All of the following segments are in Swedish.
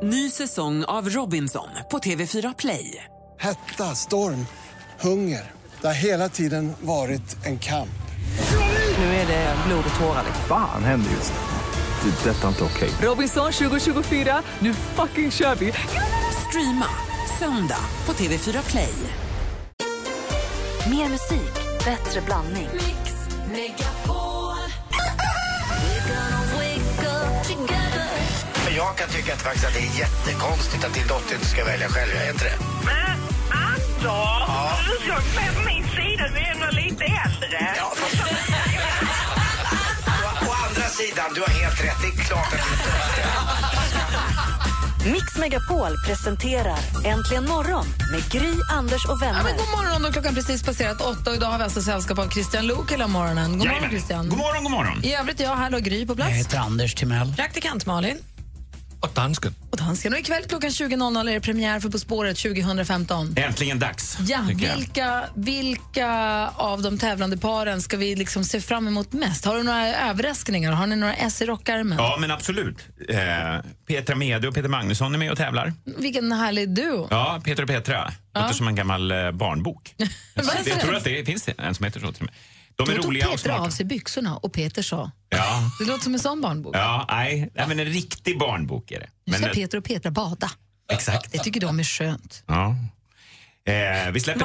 Ny säsong av Robinson på TV4 Play. Hetta, storm, hunger. Det har hela tiden varit en kamp. Nu är det blod och tårar. Fan händer just det. Det är detta inte okej. Robinson 2024, nu fucking kör vi. Streama söndag på TV4 Play. Mer musik, bättre blandning. Mix Megapol. Jag kan tycka att faktiskt att det är jättekonstigt att din dotter inte ska välja själv. Jag är inte det. Men Anders, du ska med min sida, du är ändå lite äldre. Ja, å andra sidan, du har helt rätt. Det är klart att du inte. Mix Megapol presenterar Äntligen morgon med Gry, Anders och vänner. Ja, men god morgon, då klockan precis passerat 8 och idag har vi alltså sällskap av Christian Luuk hela morgonen. God morgon, Christian. God morgon, god morgon. I övrigt jag, här och Gry på plats. Jag heter Anders Timell. Praktikant Malin. Och dansken. Och ikväll klockan 20.00 är det premiär för På spåret 2015. Äntligen dags. Ja, vilka av de tävlande paren ska vi liksom se fram emot mest? Har du några överraskningar? Har ni några S i rockärmen? Ja, men absolut. Petra Mede och Peter Magnusson är med och tävlar. Vilken härlig duo. Ja, Peter och Petra. Låter som en gammal barnbok. Jag tror att det finns en som heter så till mig. De är roliga och Peter smarta. av sig byxorna och Peter sa. Ja. Det låter som en sån barnbok. Ja, nej, men en riktig barnbok är det. Nu ska Peter och Petra bada. Exakt. Det tycker de är skönt. Ja. Vi släpper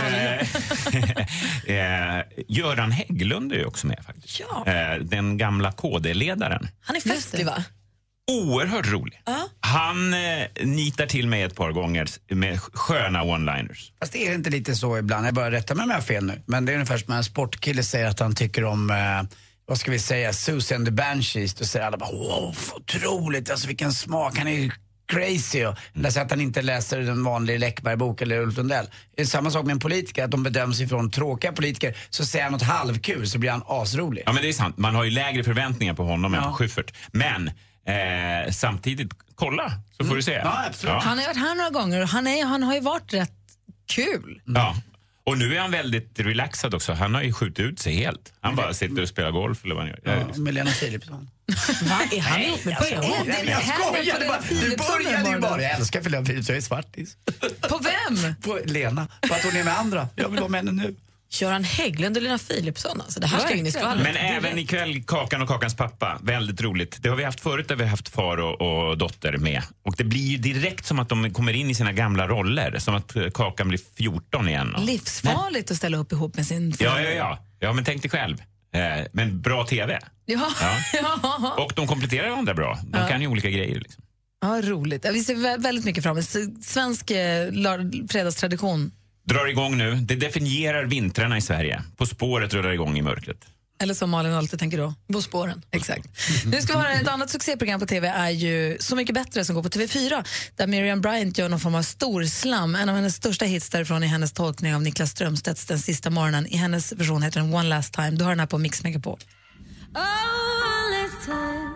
det. Göran Hägglund är ju också med faktiskt. Ja. Den gamla KD-ledaren. Han är festlig, va? Oerhört rolig. Han nitar till mig ett par gånger med sköna one-liners. Fast det är inte lite så ibland. Jag bara rättar mig om jag har fel nu. Men det är ungefär som en sportkille säger att han tycker om, vad ska vi säga, Susie and the Banshees. Då säger alla bara, wow, otroligt, alltså vilken smak, han är ju crazy. Eller så att han inte läser en vanlig Läckberg-bok eller Ulf Lundell. Det är samma sak med en politiker, att de bedöms ifrån tråkiga politiker. Så säger han något halvkul så blir han asrolig. Ja, men det är sant. Man har ju lägre förväntningar på honom än på Schyffert. Men samtidigt, kolla, så får du se. Ja, absolut. Ja. Han har varit här några gånger och han har ju varit rätt kul. Ja. Och nu är han väldigt relaxad också. Han har ju skjutit ut sig helt. Han bara sitter och spelar golf eller vad han gör. Ja, med Lena Philipsson. Va? Är han ihop med Jag skojar, du började ju bara. Jag älskar Lena Philipsson, jag är svartis. På vem? På Lena, för att hon är med andra. Jag vill vara med henne nu. Göran Hägglund och Lena Philipsson, alltså det här ska in i skvallret. Men även ikväll Kakan och Kakans pappa, väldigt roligt. Det har vi haft förut där vi har haft far och dotter med. Och det blir ju direkt som att de kommer in i sina gamla roller. Som att Kakan blir 14 igen. Livsfarligt att ställa upp ihop med sin förälder. Ja, men tänk dig själv. Men bra TV. Ja. Och de kompletterar varandra bra. De kan ju olika grejer liksom. Ja, roligt. Vi ser väldigt mycket fram emot. Svensk fredagstradition. Drar igång nu. Det definierar vintrarna i Sverige. På spåret rullar igång i mörkret. Eller som Malin alltid tänker då. På spåren. Exakt. Nu ska vi höra ett annat succéprogram på TV är ju Så mycket bättre som går på TV4. Där Miriam Bryant gör någon form av storslam. En av hennes största hits därifrån är hennes tolkning av Niklas Strömstedts Den sista morgonen. I hennes version heter den One Last Time. Du har den här på Mix Megapol. Oh, one last time.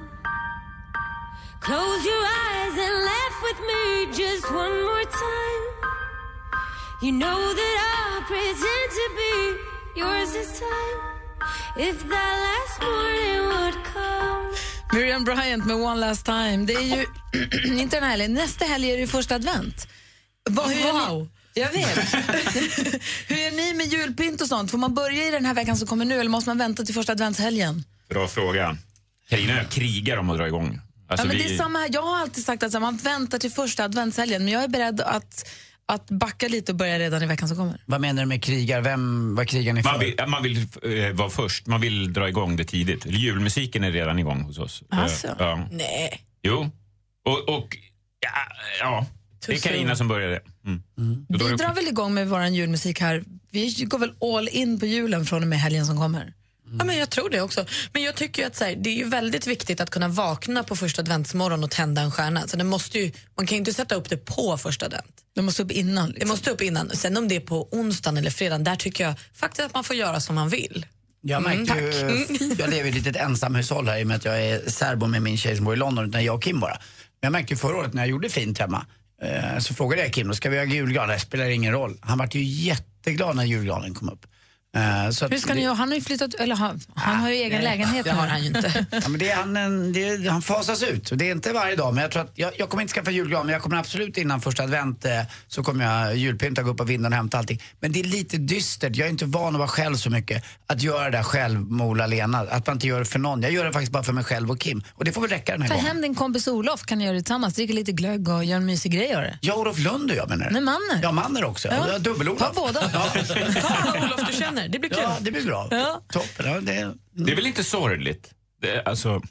Close your eyes and laugh with me just one more time. You know that I'll pretend to be yours this time. If that last morning would come. Miriam Bryant med One Last Time. Det är ju inte den här helgen. Nästa helg är det ju första advent. Wow! Jag vet. Hur är ni med julpynt och sånt? Får man börja i den här veckan som kommer nu eller måste man vänta till första adventshelgen? Bra fråga. Carina krigar om att dra igång. Alltså men det är samma här. Jag har alltid sagt att man väntar till första adventshelgen, men jag är beredd att backa lite och börja redan i veckan som kommer. Vad menar du med krigar? Vad krigar ni för? Man vill vara först. Man vill dra igång det tidigt. Julmusiken är redan igång hos oss. Alltså? Ja. Nej. Jo. Och ja. Det är Carina som började. Vi drar väl igång med våran julmusik här. Vi går väl all in på julen från och med helgen som kommer. Ja, men jag tror det också. Men jag tycker ju att så här, det är ju väldigt viktigt att kunna vakna på första adventsmorgon och tända en stjärna. Så det måste ju, man kan ju inte sätta upp det på första advent. Det måste upp innan. Liksom. Det måste upp innan. Sen om det är på onsdagen eller fredagen, där tycker jag faktiskt att man får göra som man vill. Jag märkte jag lever i ett litet ensamhushåll här i och med att jag är särbo med min tjej som bor i London, utan jag och Kim bara. Men jag märkte ju förra året när jag gjorde fint hemma, så frågade jag Kim, då ska vi ha julgran? Det spelar ingen roll. Han var ju jätteglad när julgranen kom upp. Så hur ska ni göra? Han har ju flyttat, eller han har ju egen lägenhet. Det har han ju inte. Ja, men han fasas ut. Det är inte varje dag, men jag tror att jag kommer inte skaffa julgran, men jag kommer absolut innan första advent så kommer jag julpynta, gå upp på vinden och hämta allting. Men det är lite dystert. Jag är inte van att vara själv så mycket. Att göra det själv med Ola Lena. Att man inte gör det för någon. Jag gör det faktiskt bara för mig själv och Kim. Och det får väl räcka den här gången. Ta hem din kompis Olof, kan ni göra det tillsammans. Dricka lite glögg och göra en mysig grej av det. Ja, Olof Lund och jag menar det. Nej, Manner. Ja, Manner också. Ja. Dubbel-Olof. Ta båda. Ja. Ta Olof du känner, det blir kul. Ja, det blir bra. Ja. Toppen. Ja, Det är väl inte sorgligt? Alltså...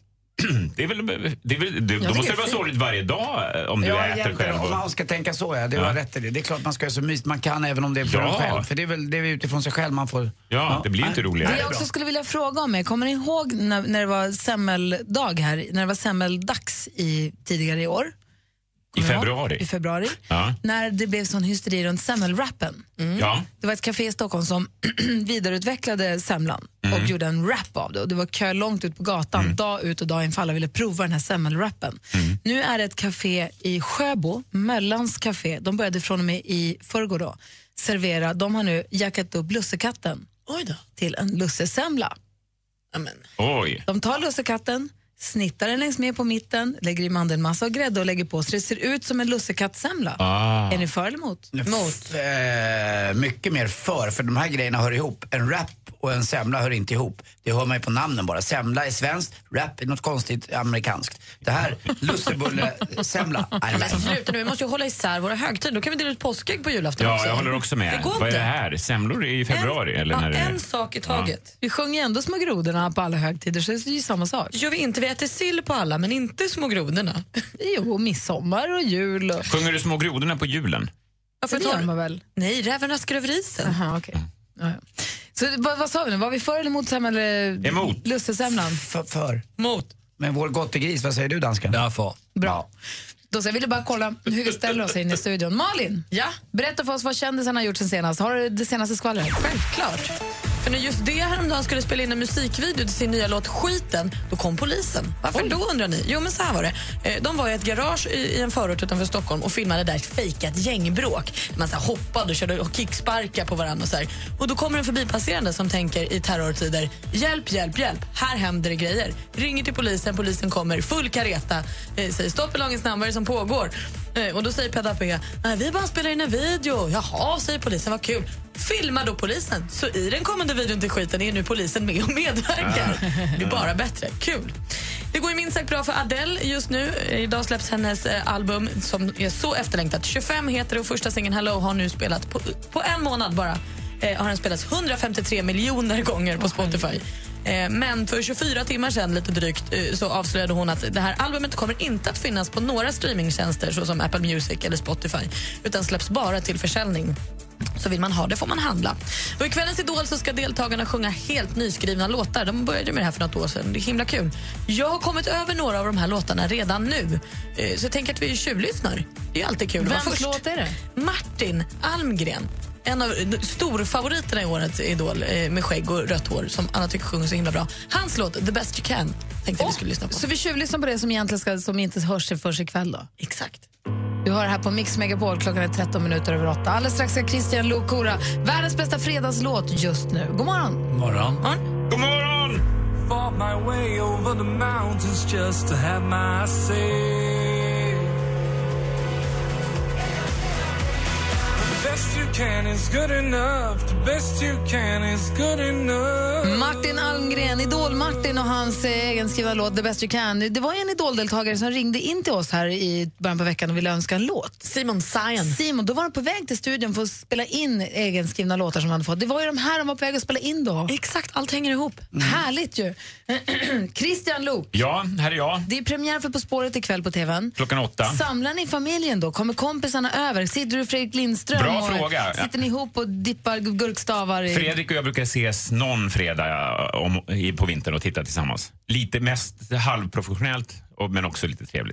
Då måste det vara sorgligt varje dag om du äter själv. Om man ska tänka så, det var rätt i det. Det är klart man ska göra så mysigt man kan även om det är för en själv. För det är väl det är utifrån sig själv man får... Ja, det blir inte roligare. Det jag också skulle vilja fråga om kommer ni ihåg när det var semmeldag här, när det var semmeldags tidigare i år? I februari. I februari. Ja. När det blev sån hysteri runt semmelwrappen. Ja. Det var ett café i Stockholm som vidareutvecklade semlan och gjorde en wrap av det. Och det var kö långt ut på gatan, dag ut och dag in för alla ville prova den här semmelwrappen. Nu är det ett café i Sjöbo, Möllans café. De började från och med i förrgår då servera. De har nu jackat upp lussekatten till en lussesemla. Amen. Oj. De tar lussekatten, snittar den längs med på mitten, lägger i mandelmassa och grädde och lägger på så det ser ut som en lussekattsemla. Är ni för eller emot? Mycket mer för de här grejerna hör ihop. En wrap och en semla hör inte ihop. Det hör man ju på namnen bara. Semla är svenskt, wrap är något konstigt amerikanskt. Det här, lussebulle-semla. Men sluta nu, vi måste ju hålla isär våra högtider. Då kan vi dela ut påskägg på julafton också. Ja, jag håller också med. Vad är det här? Semlor är i februari? eller när en sak i taget. Vi sjunger ändå små grodorna på alla högtider så det är ju samma sak. Gör vi inte, vi äter sill på alla men inte små grodorna. Jo, midsommar och jul. Och... Sjunger du små grodorna på julen? Det gör man väl? Nej, räven raskar över isen. Aha, okay. Ja. Så vad sa vi nu? Var vi för eller emot emot. Lussesemlan? För. Mot. Men vår gottegris, vad säger du dansken? Därför. Bra. Då så jag ville bara kolla hur vi ställer oss in i studion. Malin, berätta för oss vad kändisarna har gjort sen senast. Har du det senaste skvallret? Självklart. För när just det häromdagen skulle spela in en musikvideo till sin nya låt Skiten, då kom polisen. Varför då undrar ni? Jo men så här var det. De var i ett garage i en förort utanför Stockholm och filmade där ett fejkat gängbråk. Man så här hoppade och körde och kicksparkade på varandra och så här. Och då kommer en förbipasserande som tänker i terrortider, hjälp, hjälp, hjälp, här händer det grejer. Ringer till polisen kommer full kareta, säger stopp i lagens namn, vad är det som pågår? Och då säger Pedda P, nej vi bara spelar in en video. Jaha, säger polisen, vad kul. Filmar då polisen. Så i den kommande videon till Skiten är nu polisen med och medverkar. Det är bara bättre. Kul. Det går ju minst sagt bra för Adele just nu. Idag släpps hennes album som är så efterlängtat. 25 heter det och första singeln Hello har nu spelat på en månad bara. Har den spelats 153 miljoner gånger på Spotify. Men för 24 timmar sedan lite drygt så avslöjade hon att det här albumet kommer inte att finnas på några streamingtjänster såsom Apple Music eller Spotify utan släpps bara till försäljning. Så vill man ha det får man handla. Och i kvällens Idol så ska deltagarna sjunga helt nyskrivna låtar. De började med det här för något år sedan. Det är himla kul. Jag har kommit över några av de här låtarna redan nu. Så jag tänker att vi tjuvlyssnar. Det är alltid kul. Vems låt är det? Martin Almgren. En av storfavoriterna i årets Idol med skägg och rött hår som alla tycker sjunger så himla bra. Hans låt The Best You Can tänkte vi skulle lyssna på. Så vi tjuvlyssnar på det som egentligen som inte hörs sig för sig ikväll då? Exakt. Du hör här på Mix Megapol, klockan är 13:13. Alldeles strax ska Christian Lukora, världens bästa fredagslåt just nu. God morgon. God morgon. God morgon! Fought my way over the mountains just to have my say. Martin Almgren, Idol-Martin och hans egenskrivna låt The Best You Can. Det var en Idol-deltagare som ringde in till oss här i början på veckan och ville önska en låt. Simon, då var han på väg till studion för att spela in egenskrivna låtar som han hade fått. Det var ju de här han var på väg att spela in då. Exakt, allt hänger ihop. Härligt ju. Christian Luuk. Ja, här är jag. Det är premiär för På spåret ikväll på TV:n. Klockan 8. Samlar ni familjen då? Kommer kompisarna över? Sitter du Fredrik Lindström? Bra fråga. Sitter ni ihop och dippar gurkstavar? Fredrik och jag brukar ses någon fredag på vintern och titta tillsammans. Lite mest halvprofessionellt men också lite trevligt.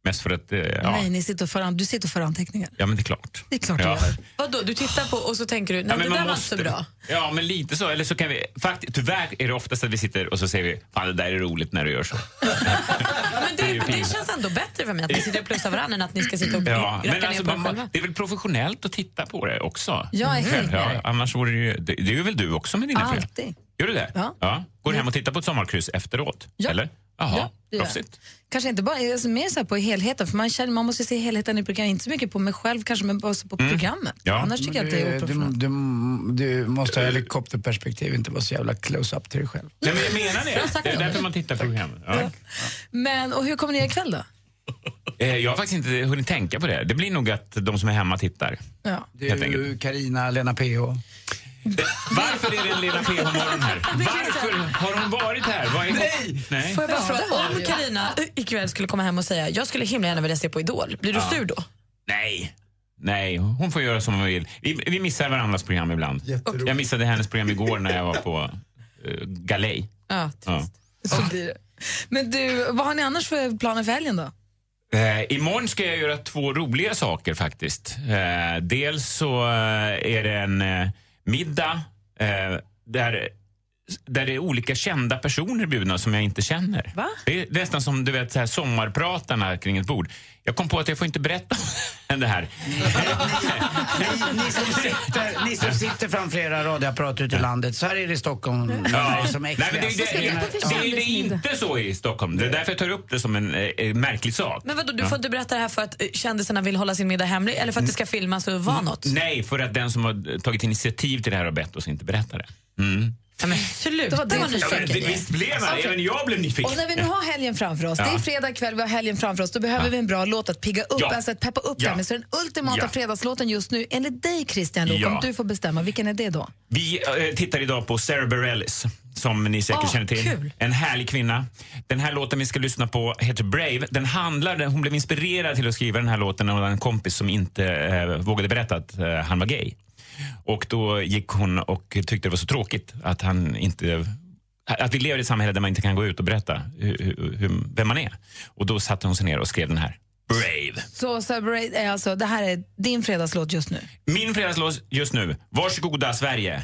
Mest för att... Nej, du sitter för anteckningar. Ja, men det är klart. Det är klart du gör. Vadå, du tittar på och så tänker du, nej, det där var inte så bra. Ja, men lite så. Eller så kan vi... Tyvärr är det oftast att vi sitter och så säger vi, fan det där är roligt när du gör så. Men det känns ändå bättre för mig att ni sitter och plussar varandra än att ni ska sitta och racka ner på själva. Det är väl professionellt att titta på det också? Jag är helt med. Annars vore det ju... Det är väl du också med dina program? Alltid. Gör du det? Ja. Går du hem och tittar på ett sommarkryss efteråt? Ja. Eller? Jaha, proffsigt. Kanske inte bara mer så här på helheten, för man måste se helheten i programmet, inte så mycket på mig själv kanske, men bara på programmet. Ja. Annars tycker jag att det är oprofessionellt. Du måste ha helikopterperspektiv, inte vara så jävla close-up till dig själv. Nej, men jag menar det. Det är därför man tittar på programmet. Ja. Men, och hur kommer ni ikväll då? Jag har faktiskt inte hunnit tänka på det. Det blir nog att de som är hemma tittar. Ja. Du, Carina, Lena PH. Varför är det en Lena PH-morgon här? Varför har hon varit här? Nej. Får jag bara fråga, om Carina ikväll skulle komma hem och säga, jag skulle himla gärna vilja se på Idol, blir du sur då? Nej, hon får göra som hon vill. Vi missar varandras program ibland. Jag missade hennes program igår när jag var på galej. Ja. Så blir det. Men du, vad har ni annars för planer för helgen då? Imorgon ska jag göra 2 roliga saker faktiskt. Dels så är det en middag där det är olika kända personer bjudna som jag inte känner. Va? Det är nästan som du vet så här, sommarpratarna kring ett bord. Jag kom på att jag får inte berätta om det här. Ni som sitter framför flera radioapparater ute i landet, så här är det i Stockholm. Som Nej, men det är inte så i Stockholm. Det är därför jag tar upp det som en märklig sak. Men vadå, du får inte berätta det här för att kändisarna vill hålla sin middag hemlig, eller för att det ska filmas och vara något? Nej, för att den som har tagit initiativ till det här har bett oss inte berätta det. Ja, men sluta vara nyfiken. Visst blev man, även jag blev nyfiken. Och när vi nu har helgen framför oss, det är fredag kväll, vi har helgen framför oss, då behöver vi en bra låt att pigga upp, alltså att peppa upp den. Så den ultimata fredagslåten just nu, enligt dig Christian Luuk, om du får bestämma, vilken är det då? Vi tittar idag på Sarah Bareilles, som ni säkert känner till. Kul. En härlig kvinna. Den här låten vi ska lyssna på heter Brave. Hon blev inspirerad till att skriva den här låten av en kompis som inte vågade berätta att han var gay. Och då gick hon och tyckte det var så tråkigt att att vi lever i ett samhälle där man inte kan gå ut och berätta vem man är. Och då satte hon sig ner och skrev den här Brave. Så Brave är alltså, det här är din fredagslåt just nu? Min fredagslåt just nu. Varsågoda Sverige.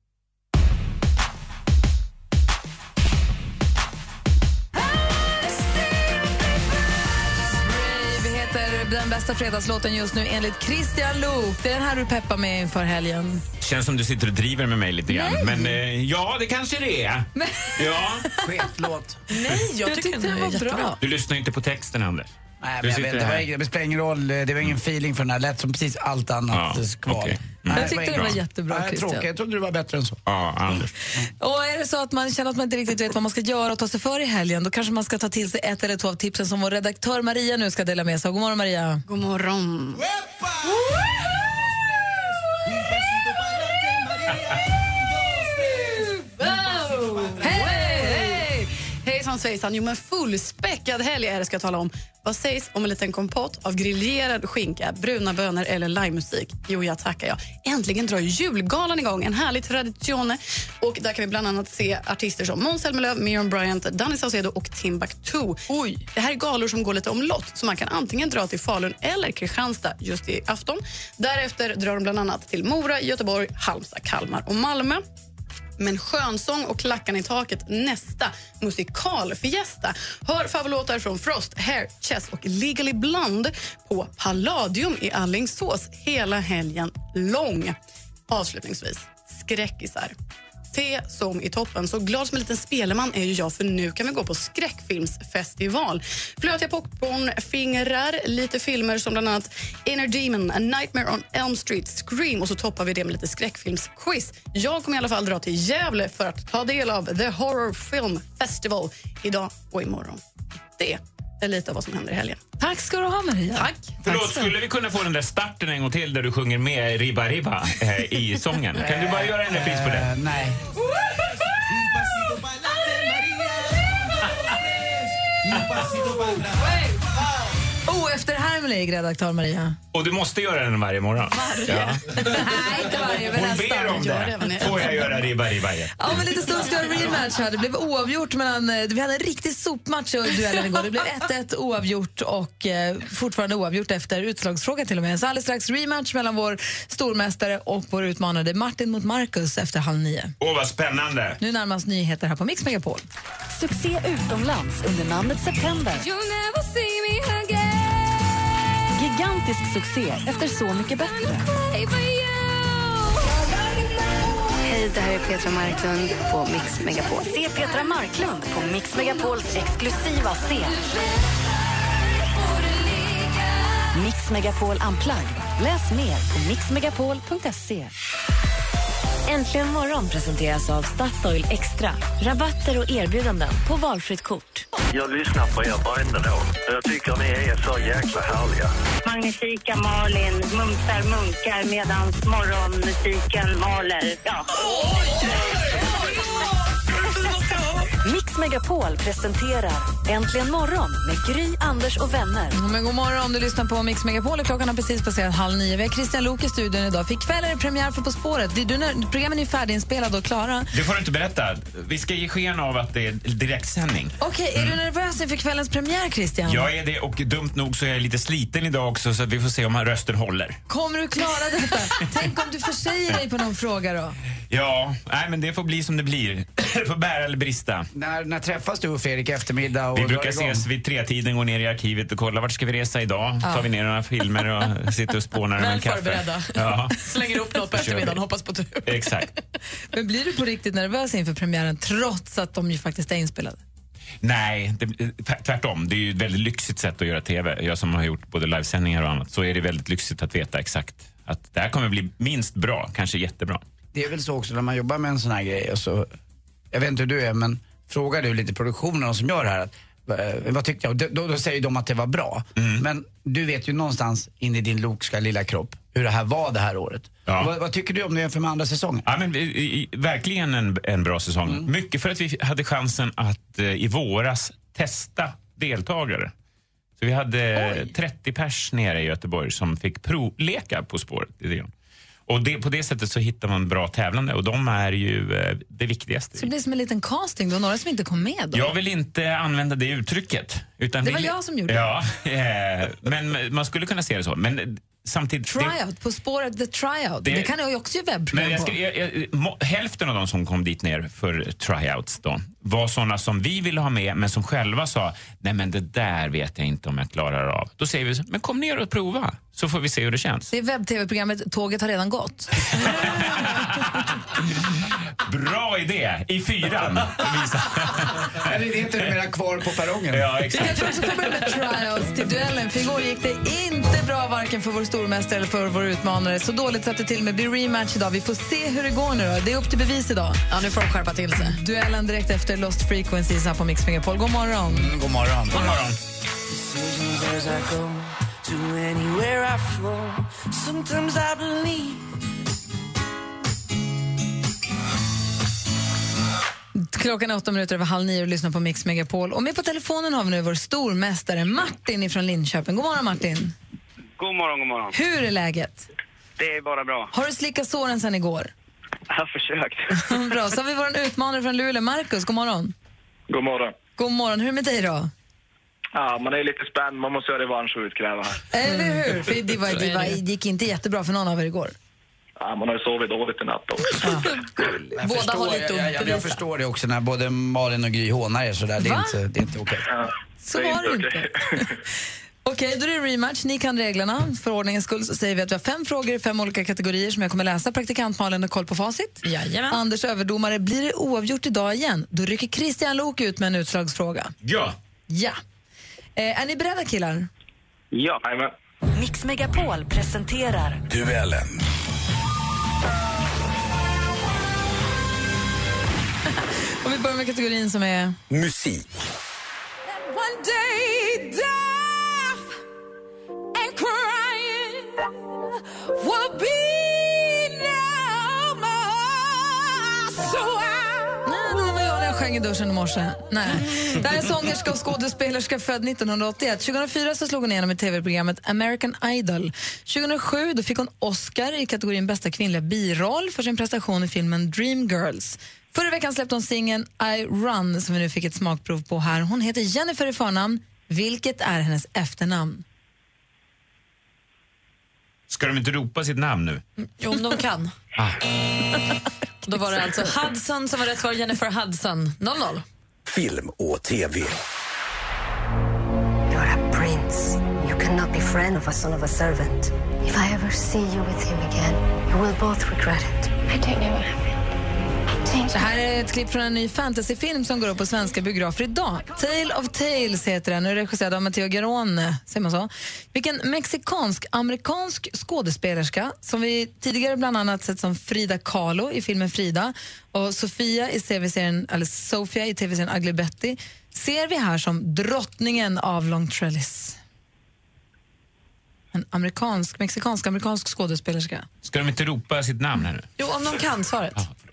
Den bästa fredagslåten just nu enligt Christian Luuk. Det är den här du peppar med inför helgen. Känns som du sitter och driver med mig lite grann. Nej. Men ja, det kanske det är. Men... Ja. Skettlåt. Nej, jag tycker det var bra. Du lyssnar inte på texten, Anders. Nej, men jag vet, det spelar ingen roll. Det var ingen feeling för den här. Lät som precis allt annat skval. Okay. Jag tyckte det var jättebra, Christian. Tråkigt. Jag trodde du var bättre än så. Ja, Anders. Och är det så att man känner att man inte riktigt vet vad man ska göra och ta sig för i helgen, då kanske man ska ta till sig 1 eller 2 av tipsen som vår redaktör Maria nu ska dela med sig. God morgon, Maria. God morgon. Hejsan svejsan, jo men fullspäckad helg är det ska jag tala om. Vad sägs om en liten kompott av grillerad skinka, bruna bönor eller livemusik? Jo, jag tackar jag. Äntligen drar julgalan igång, en härlig tradition. Och där kan vi bland annat se artister som Måns Zelmerlöw, Miriam Bryant, Danny Saucedo och Timbuktu. Oj. Det här är galor som går lite omlott, så man kan antingen dra till Falun eller Kristianstad just i afton. Därefter drar de bland annat till Mora, Göteborg, Halmstad, Kalmar och Malmö. Men skönsång och klackan i taket nästa musikalfiesta. Hör favoritlåtar från Frost, Hair, Chess och Legally Blonde på Palladium i Alingsås hela helgen lång. Avslutningsvis, skräckisar. Te som i toppen. Så glad som en liten spelman är ju jag, för nu kan vi gå på skräckfilmsfestival. Flötiga popcornfingrar, lite filmer som bland annat Inner Demon, A Nightmare on Elm Street, Scream, och så toppar vi det med lite skräckfilmsquiz. Jag kommer i alla fall dra till Gävle för att ta del av The Horror Film Festival idag och imorgon. Det är lite av vad som händer i helgen. Tack ska du ha, Maria. Tack. Förlåt, skulle vi kunna få den där starten en gång till där du sjunger med Ribba Ribba i sången? Kan du bara göra en repris på det? Nej. Efter Harmony, redaktör Maria. Och du måste göra den varje morgon. Ja. Nej, inte varje. Hon ber om det. Får jag göra ribba? Ja, men lite stund ska rematch här. Det blev oavgjort mellan... Vi hade en riktig sopmatch i duellen igår. Det blev 1-1 oavgjort och fortfarande oavgjort efter utslagsfråga till och med. Så alldeles strax rematch mellan vår stormästare och vår utmanade Martin mot Marcus efter 8:30. Vad spännande. Nu närmast nyheter här på Mix Megapol. Succé utomlands under namnet September. Gigantisk succé efter Så mycket bättre. Hej, det här är Petra Marklund på Mix Megapol. Se Petra Marklund på Mix Megapols exklusiva scen. Mix Megapol Unplugged. Läs mer på mixmegapol.se. Äntligen morgon presenteras av Statoil Extra. Rabatter och erbjudanden på valfritt kort. Jag lyssnar på er varenda dag. Jag tycker ni är så jäkla härliga. Magnifika Malin mumsar munkar medan morgonmusiken maler. Ja. Mix Megapol presenterar Äntligen morgon med Gry, Anders och vänner. Men god morgon, du lyssnar på Mix Megapol. Klockan har precis passerat 8:30. Vi har Christian Lok i studion idag. För ikväll är det premiär för På spåret. Programmen är färdiginspelade och klara. Det får du inte berätta. Vi ska ge sken av att det är direktsändning. Okej, är du nervös inför kvällens premiär, Christian? Jag är det, och dumt nog så är jag lite sliten idag också, så att vi får se om rösten håller. Kommer du klara detta? Tänk om du försäger dig på någon fråga då? Ja, nej, men det får bli som det blir. Det får bära eller brista. När träffas du och Fredrik eftermiddag? Och vi brukar ses vid 3-tiden, gå ner i arkivet och kolla vart ska vi resa idag. Tar vi ner några filmer och sitter och spånar med en kaffe. Förberedda. Ja. Slänger upp något på eftermiddagen, hoppas på tur. Exakt. Men blir du på riktigt nervös inför premiären trots att de ju faktiskt är inspelade? Nej, tvärtom. Det är ju ett väldigt lyxigt sätt att göra TV. Jag som har gjort både livesändningar och annat, så är det väldigt lyxigt att veta exakt att det här kommer bli minst bra, kanske jättebra. Det är väl så också när man jobbar med en sån här grej och så, jag vet inte hur du är, men frågar du lite produktionen som gör det här, vad tyckte jag? Då säger de att det var bra. Men du vet ju någonstans in i din lokska lilla kropp hur det här var det här året. Ja. Vad tycker du om det jämför med andra säsongen? Ja, men verkligen en bra säsong. Mycket för att vi hade chansen att i våras testa deltagare. Så vi hade 30 pers nere i Göteborg som fick provleka På spåret. Och på det sättet så hittar man bra tävlande, och de är ju det viktigaste. Så det blir som en liten casting då, några som inte kom med då? Jag vill inte använda det uttrycket. Utan det var jag som gjorde det. Ja, men man skulle kunna se det så. Men samtidigt... Tryout, På spåret, the tryout. Det kan jag ju också göra webbprogram på. Hälften av de som kom dit ner för tryouts då var sådana som vi ville ha med, men som själva sa, nej men det där vet jag inte om jag klarar av. Då säger vi så, men kom ner och prova, så får vi se hur det känns. Det är webb-tv-programmet Tåget har redan gått. Bra idé, i 4:an. Eller det är inte mera kvar på perrongen. Ja, exakt. Jag tror också får börja med tryouts till duellen. För igår gick det inte bra varken för vår stormästare eller för vår utmanare. Så dåligt så att det till och med blir rematch idag. Vi får se hur det går nu då. Det är upp till bevis idag. Ja, nu får de skärpa till sig. Duellen direkt efter Lost Frequencies här på Mix Megapol. God morgon. God morgon. God morgon. Klockan är 8:08 och lyssnar på Mix Megapol. Och med på telefonen har vi nu vår stormästare Martin från Linköping. God morgon, Martin. God morgon, god morgon. Hur är läget? Det är bara bra. Har du slickat såren sedan igår? Jag har försökt. Bra, så har vi vår utmanare från Luleå, Marcus. God morgon. God morgon. God morgon, hur är det med dig då? Ja, man är lite spänd. Man måste göra revansch och utkräva här. Eller hur? För det gick inte jättebra för någon av er igår. Ja, man har ju sovit dåligt i natt också. Båda har lite ont. Jag förstår det också när både Malin och Gry hånar er sådär. Det är inte okej. Ja, så var det inte. Okej, då är det rematch. Ni kan reglerna. För ordningens skull så säger vi att vi har 5 frågor i 5 olika kategorier som jag kommer läsa. Praktikant Malin har koll på facit. Jajamän. Anders överdomare, blir det oavgjort idag igen? Då rycker Christian Lok ut med en utslagsfråga. Ja. Ja. Är ni beredda, killar? Ja, jajamän. Mix Megapol presenterar Duellen. Och vi börjar med kategorin som är musik. One day death and crying will be no more. So sjöng i duschen i morse. Nej. Det här är en sångerska och skådespelerska född 1981. 2004 så slog hon igenom i tv-programmet American Idol. 2007 då fick hon Oscar i kategorin bästa kvinnliga biroll för sin prestation i filmen Dreamgirls. Förra veckan släppte hon singeln I Run som vi nu fick ett smakprov på här. Hon heter Jennifer i förnamn. Vilket är hennes efternamn? Ska de inte ropa sitt namn nu? Jo, om de kan. Då var det alltså Hudson som var rätt svar. Jennifer Hudson. 0-0. Film och TV. You're a prince. You cannot be friend of a son of a servant. If I ever see you with him again, you will both regret it. I don't know what happened. Det här är ett klipp från en ny fantasyfilm som går upp på svenska biografer idag. Tale of Tales heter den och är regisserad av Matteo Garrone, säger man så. Vilken mexikansk-amerikansk skådespelerska som vi tidigare bland annat sett som Frida Kahlo i filmen Frida och Sofia i tv-serien, eller Sofia i tv-serien Ugly Betty, ser vi här som drottningen av Long Trellis. En mexikansk-amerikansk skådespelerska. Ska de inte ropa sitt namn här nu? Jo, om de kan svaret.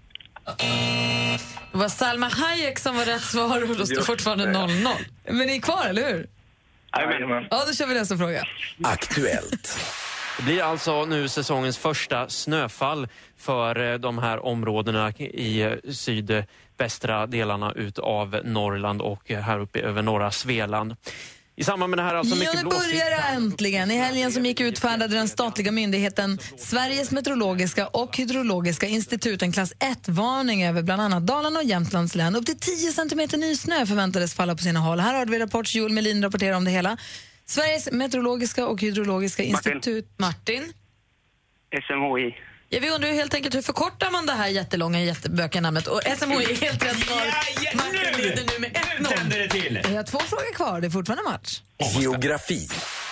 Det var Salma Hayek som var rätt svar och då står fortfarande 0-0. Men ni är kvar, eller hur? Jajamän. Ja, då kör vi nästa fråga. Aktuellt. Det blir alltså nu säsongens första snöfall för de här områdena i sydvästra delarna utav Norrland och här uppe över norra Svealand. I samband med det här alltså mycket nu börjar det äntligen. I helgen som gick utfärdade den statliga myndigheten Sveriges meteorologiska och hydrologiska institut en klass 1-varning över bland annat Dalarna och Jämtlands län. Upp till 10 centimeter nysnö förväntades falla på sina håll. Här hörde vi Rapports Joel Melin rapportera om det hela. Sveriges meteorologiska och hydrologiska institut. Martin? SMHI. Ja, vi undrar helt enkelt hur förkortar man det här jättelånga, jättebökiga namnet. Och SMHI är helt rätt svar. Martin leder nu med 1-0. Nu tänder det till. Vi har 2 frågor kvar, det är fortfarande match. Geografi.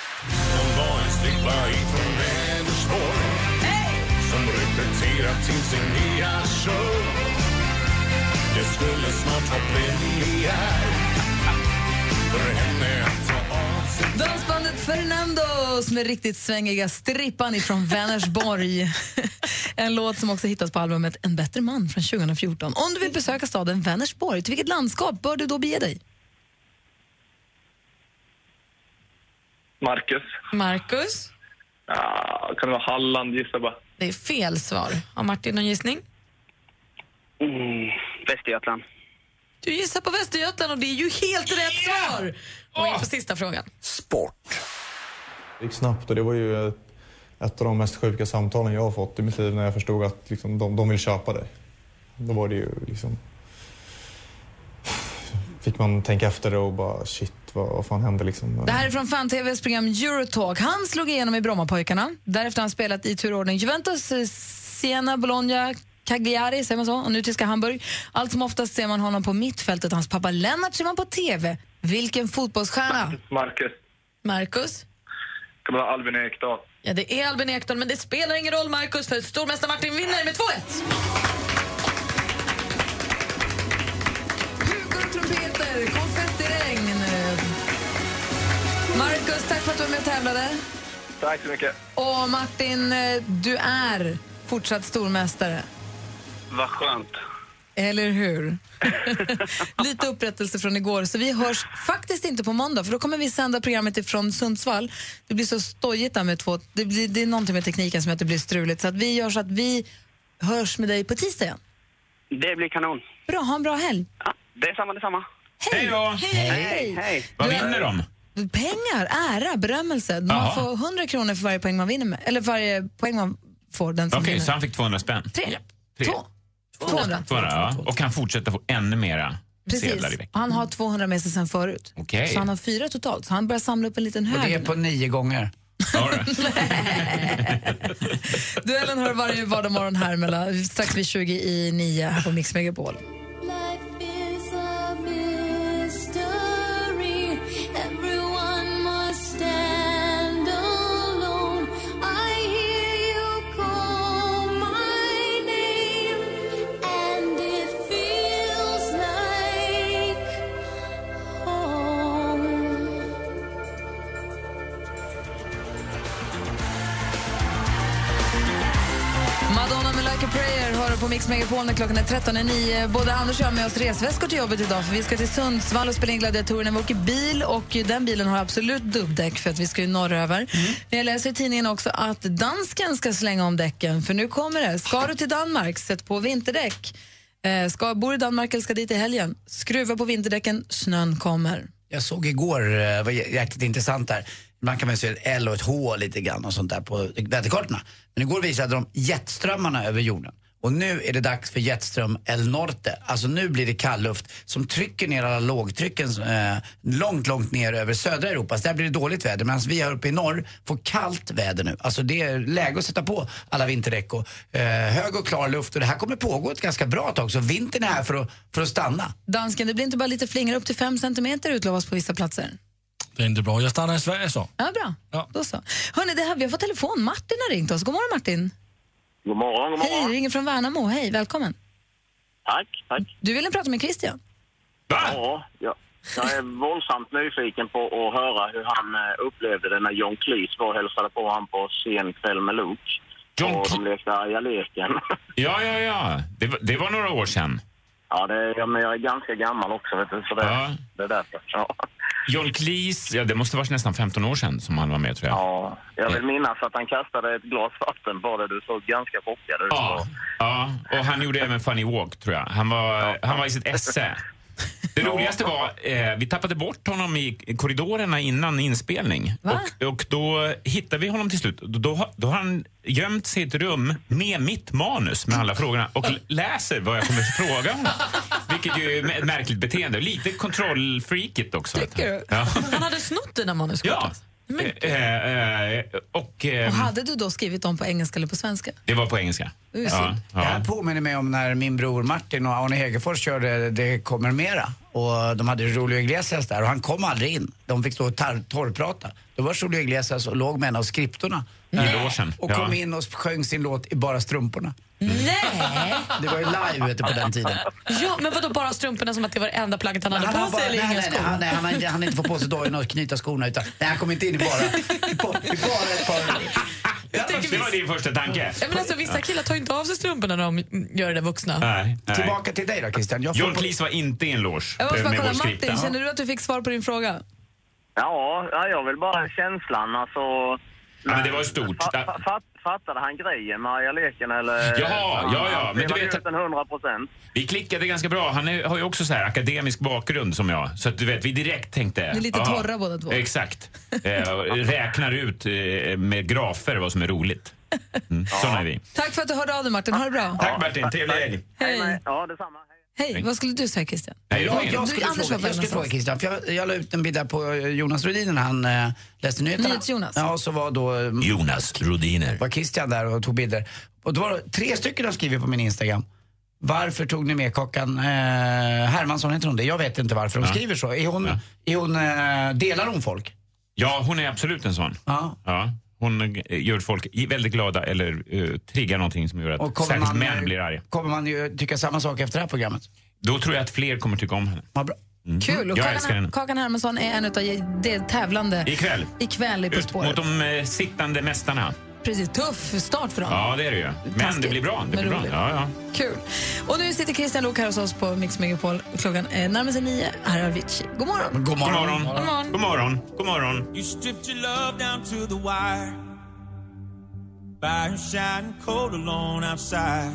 Som repeterat till sin nya show. Det skulle snart ha premiär för henne att ta av sig. Dansbandet Fernandos med riktigt svängiga strippan ifrån Vänersborg. En låt som också hittas på albumet En bättre man från 2014. Om du vill besöka staden Vänersborg, till vilket landskap bör du då bege dig? Marcus? Ja, kan det vara Halland, gissa bara. Det är fel svar. Har Martin någon gissning? Västergötland. Du gissar på Västergötland och det är ju helt rätt svar. Och in på sista frågan. Sport. Det gick snabbt och det var ju ett av de mest sjuka samtalen jag har fått i mitt liv när jag förstod att liksom, de vill köpa det. Då var det ju liksom... Fick man tänka efter det och bara shit, vad fan hände liksom? Det här är från fan-tvs program Eurotalk. Han slog igenom i Brommapojkarna. Därefter har han spelat i turordning Juventus, Siena, Bologna, Cagliari, säger man så, och nu tyska Hamburg. Allt som oftast ser man honom på mittfältet. Hans pappa Lennart ser man på TV. Vilken fotbollsstjärna? Marcus? Kan det vara Albin Ekdal? Ja, det är Albin Ekdal, men det spelar ingen roll, Marcus, för stormästare Martin vinner med 2-1. Trumpeter, konfettiregn. Marcus, tack för att du var med och tävlade. Tack så mycket. Och Martin, du är fortsatt stormästare. Vad skönt. Eller hur? Lite upprättelse från igår. Så vi hörs faktiskt inte på måndag, för då kommer vi sända programmet ifrån Sundsvall. Det blir så stojigt där med det är någonting med tekniken som att det blir struligt. Så att vi gör så att vi hörs med dig på tisdag igen. Det blir kanon. Bra, ha en bra helg. Ja, detsamma. Hej då! Hej. Vad vinner de? Pengar, ära, berömmelse. Man får 100 kronor för varje poäng man vinner med. Eller varje poäng man får, den som vinner. Så han fick 200 spänn? 3. 200, ja. Och kan fortsätta få ännu mera sedlar i veckan. Han har 200 med sig sen förut. Okay. Så han har 4 totalt. Så han börjar samla upp en liten hög. Och det är på 9 gånger. Duellen hör varje vardagsmorgon här mellan strax vid 20:09 här på Mix Megapol. på Mix Megapol när klockan är 13:09. Både Anders och jag har med oss resväskor till jobbet idag, för vi ska till Sundsvall och spela in gladiatorerna. Vi åker bil och den bilen har absolut dubbdäck för att vi ska ju norröver. Men jag läser i tidningen också att dansken ska slänga om däcken, för nu kommer det. Ska du till Danmark, sätt på vinterdäck. Bor i Danmark eller ska dit i helgen, skruva på vinterdäcken, snön kommer. Jag såg igår, det var jäkligt intressant där. Man kan väl se ett L och ett H lite grann och sånt där på väderkartorna. Men igår visade de jetströmmarna över jorden. Och nu är det dags för jetström El Norte. Alltså nu blir det kallluft som trycker ner alla lågtrycken långt ner över södra Europa. Så där blir det dåligt väder. Medan vi här uppe i norr får kallt väder nu. Alltså det är läge att sätta på alla vinterdäck och hög och klar luft. Och det här kommer pågå ett ganska bra tag. Så vintern är här för att stanna. Dansken, det blir inte bara lite flingor, upp till 5 centimeter utlovas på vissa platser. Det är inte bra. Jag stannar i Sverige så. Ja, bra. Ja. Då så. Hörrni, vi har fått telefon. Martin har ringt oss. God morgon, Martin. God morgon, god morgon. Hej, ringer från Värnamo. Hej, välkommen. Tack. Du ville prata med Christian? Ja, jag är våldsamt nyfiken på att höra hur han upplevde det när John Cleese var och hälsade på han på sen kväll med Luke. Och de lekte arga leken. Ja. Det var några år sedan. Ja, men jag är ganska gammal också, vet du, så det är därför. Ja. John Cleese, det måste vara nästan 15 år sedan som han var med, tror jag. Ja, jag vill minnas att han kastade ett glas vatten på det. Du såg ganska chockad ut. Ja, och han gjorde även Funny Walk, tror jag. Han var i sitt esse. Det roligaste var, vi tappade bort honom i korridorerna innan inspelning. Och då hittade vi honom till slut. Då har han gömt sig i ett rum med mitt manus med alla frågorna och läser vad jag kommer att fråga honom. Vilket ju är ett märkligt beteende. Lite kontrollfreakigt också. Tycker du? Ja. Han hade snott dina manuskort. Ja. Och hade du då skrivit dem på engelska eller på svenska? Det var på engelska. Ja. Det här påminner mig om när min bror Martin och Arne Hegerfors körde Det kommer mera. Och de hade Julio Iglesias där och han kom aldrig in. De fick stå och torrprata. Då var Julio Iglesias och låg med en av skriptorna. Och kom in och sjöng sin låt i bara strumporna. Nej! Det var ju live, vet du, på den tiden. Ja, men vadå bara strumporna som att det var det enda plagget han hade på sig? Nej, han inte få på sig dojorna och knyta skorna utan han kom inte in i bara ett par. Det var din första tanke. Ja, men alltså, vissa killar tar inte av sig strumporna när de gör det vuxna. Nej. Tillbaka till dig då, Christian. John Cleese var inte i en loge. Jag måste bara kolla, Martin, känner du att du fick svar på din fråga? Ja, jag vill bara känslan, alltså... Ja, men det var stort. Fattade han grejen med arga leken eller? Ja. Men du vet, 100%. vi klickade ganska bra. Han har ju också så här akademisk bakgrund som jag. Så att du vet, vi direkt tänkte... Det är lite torra båda två. Exakt. Räknar ut med grafer vad som är roligt. Såna är vi. Tack för att du hörde av dig, Martin. Ha det bra. Tack, Martin. Trevlig helg. Hej. Ja, detsamma. Hej, vad skulle du säga, Christian? Nej, jag skulle fråga Christian, för jag la ut en bild där på Jonas Rhodiner när han läste nyheterna. NyhetsJonas. Ja, och så var då Jonas Rhodiner. Var Christian där och tog bilder. Och då var det 3 stycken som skriver på min Instagram. Varför tog ni med Kakan Hermansson, heter hon det? Jag vet inte varför de skriver så. Delar hon folk? Ja, hon är absolut en sån. Ja. Hon gör folk väldigt glada eller triggar någonting som gör att särskilt män blir arga. Kommer man ju tycka samma sak efter det här programmet? Då tror jag att fler kommer tycka om henne. Ja, bra. Kul, och Kakan Hermansson är en av de tävlande ikväll i På spåret. Mot de sittande mästarna. Precis, tuff start för dem. Ja, det är det ju. Men det blir bra. Det blir bra. Ja. Kul. Och nu sitter Christian Luuk här hos oss på Mix Megapol. Klockan närmar sig 9. Här är Avicii. God morgon. God morgon. God morgon. God morgon. God morgon. You stripped your love down to the wire. Fire shining cold alone outside.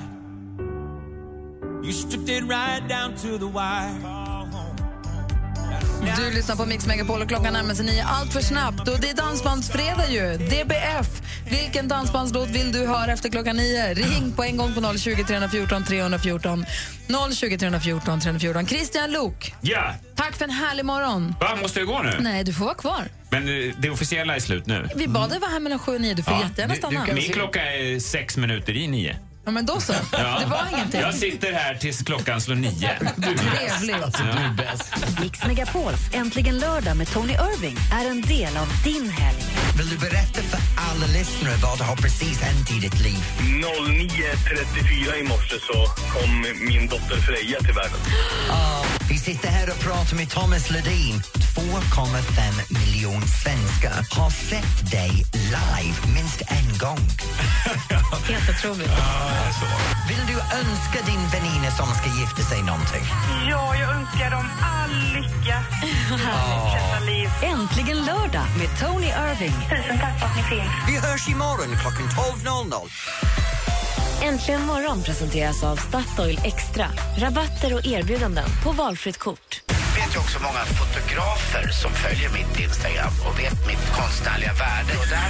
You stripped it right down to the wire. Du lyssnar på Mix Megapol och klockan närmar sig 9 allt för snabbt. Och det är dansbandsfredag ju. DBF. Vilken dansbandslåt vill du höra efter klockan 9? Ring på en gång på 020 314 314. 020 314 314. Christian Luuk. Ja. Tack för en härlig morgon. Måste jag gå nu? Nej, du får vara kvar. Men det officiella är slut nu. Vi bad dig vara här mellan 7 och 9. Du får jättegärna stanna. Min klocka är 6 minuter i 9. Ja, men då så. Ja. Det var ingenting. Jag sitter här tills klockan slår 9. Trevligt. Alltså, du är bäst. Mix Megapols Äntligen lördag med Tony Irving är en del av din helg. Vill du berätta för alla lyssnare vad har precis hänt i ditt liv? 09:34 i morse så kom min dotter Freja till världen. Vi sitter här och pratar med Thomas Ledin. 2,5 miljoner svenskar har sett dig live minst en gång. Helt otroligt. Vill du önska din väninna som ska gifta sig någonting? Ja, jag önskar dem all lycka i detta liv. Äntligen lördag med Tony Irving. Tusen tack för att ni finns. Vi hörs imorgon klockan 12.00. Äntligen morgon presenteras av Statoil Extra. Rabatter och erbjudanden på valfritt kort. Jag vet ju också många fotografer som följer mitt Instagram och vet mitt konstnärliga värde. Och där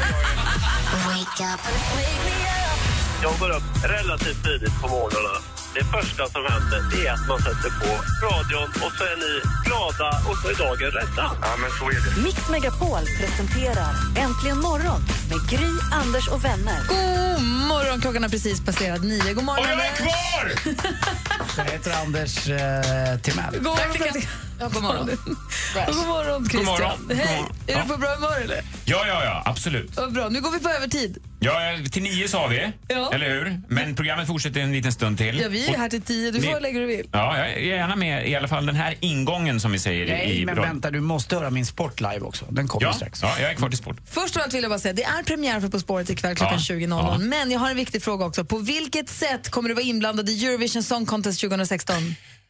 Jag går upp relativt tidigt på morgonen. Det första som händer är att man sätter på radion och så är ni glada och så är dagen rädda. Ja, men så är det. Mix Megapol presenterar Äntligen morgon med Gry, Anders och vänner. God morgon, klockan har precis passerat 9. God morgon. Och jag är kvar! Jag heter Anders Timell. God morgon. Ja, god morgon. God morgon, Christian. God morgon. Hej, är du på bra humör eller? Ja, absolut. Bra, nu går vi på övertid. Ja, till 9 sa vi, eller hur? Men programmet fortsätter en liten stund till. Ja, vi är här till 10. Du får vad lägger du vill. Ja, jag är gärna med i alla fall den här ingången som vi säger. Nej, men vänta, du måste höra min sport live också. Den kommer strax. Ja, jag är kvar till sport. Först och allt vill jag bara säga, det är premiär för På spåret ikväll klockan 20.00. Ja. Men jag har en viktig fråga också. På vilket sätt kommer du vara inblandad i Eurovision Song Contest 2016?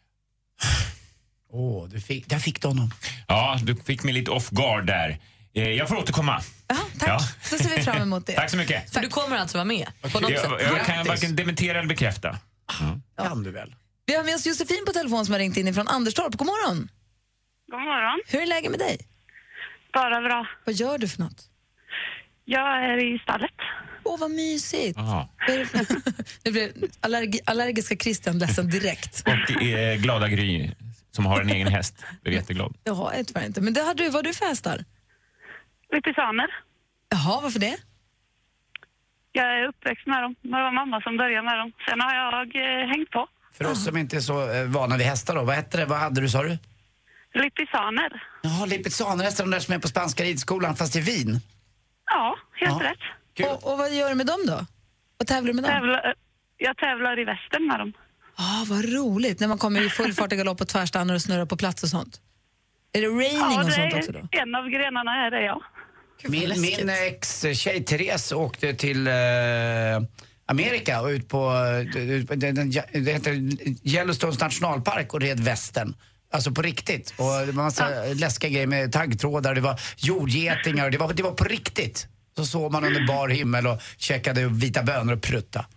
Jag fick honom. Ja, du fick mig lite off guard där. Jag får återkomma. Aha, tack. Ja. Då ser vi fram emot det. Tack så mycket. Så du kommer alltså vara med på något sätt? Jag kan varken dementera eller bekräfta. Kan du väl? Vi har med oss Josefin på telefon som har ringt in från Anderstorp. God morgon. God morgon. Hur är läget med dig? Bara bra. Vad gör du för något? Jag är i stallet. Åh, vad mysigt. Nu blir allergiska Christian ledsen direkt. Och glada Gry som har en egen häst. Jag är jätteglad. Jaha, jag tror inte. Men det vad har du för hästar? Lipisaner. Jaha, varför det? Jag är uppväxt med dem. Det var mamma som började med dem. Sen har jag hängt på. För oss som inte är så vana vid hästar då, vad hette det? Vad hade du, sa du? Lipisaner. Ja, lipisaner, de där som är på spanska ridskolan fast i Wien. Ja, helt rätt. Och vad gör du med dem då? Vad tävlar du med dem? Jag tävlar i västern med dem. Vad roligt. När man kommer i full fart och galopp och tvärstannar och snurrar på plats och sånt. Är det raining och sånt också då? En av grenarna är det, ja. Min ex-tjej Therese åkte till Amerika och ut på det heter Yellowstones nationalpark och red västern. Alltså på riktigt. Och det var massa läskiga grejer med taggtrådar, det var jordgetingar, det var på riktigt. Så såg man under bar himmel och käkade vita bönor och prutta.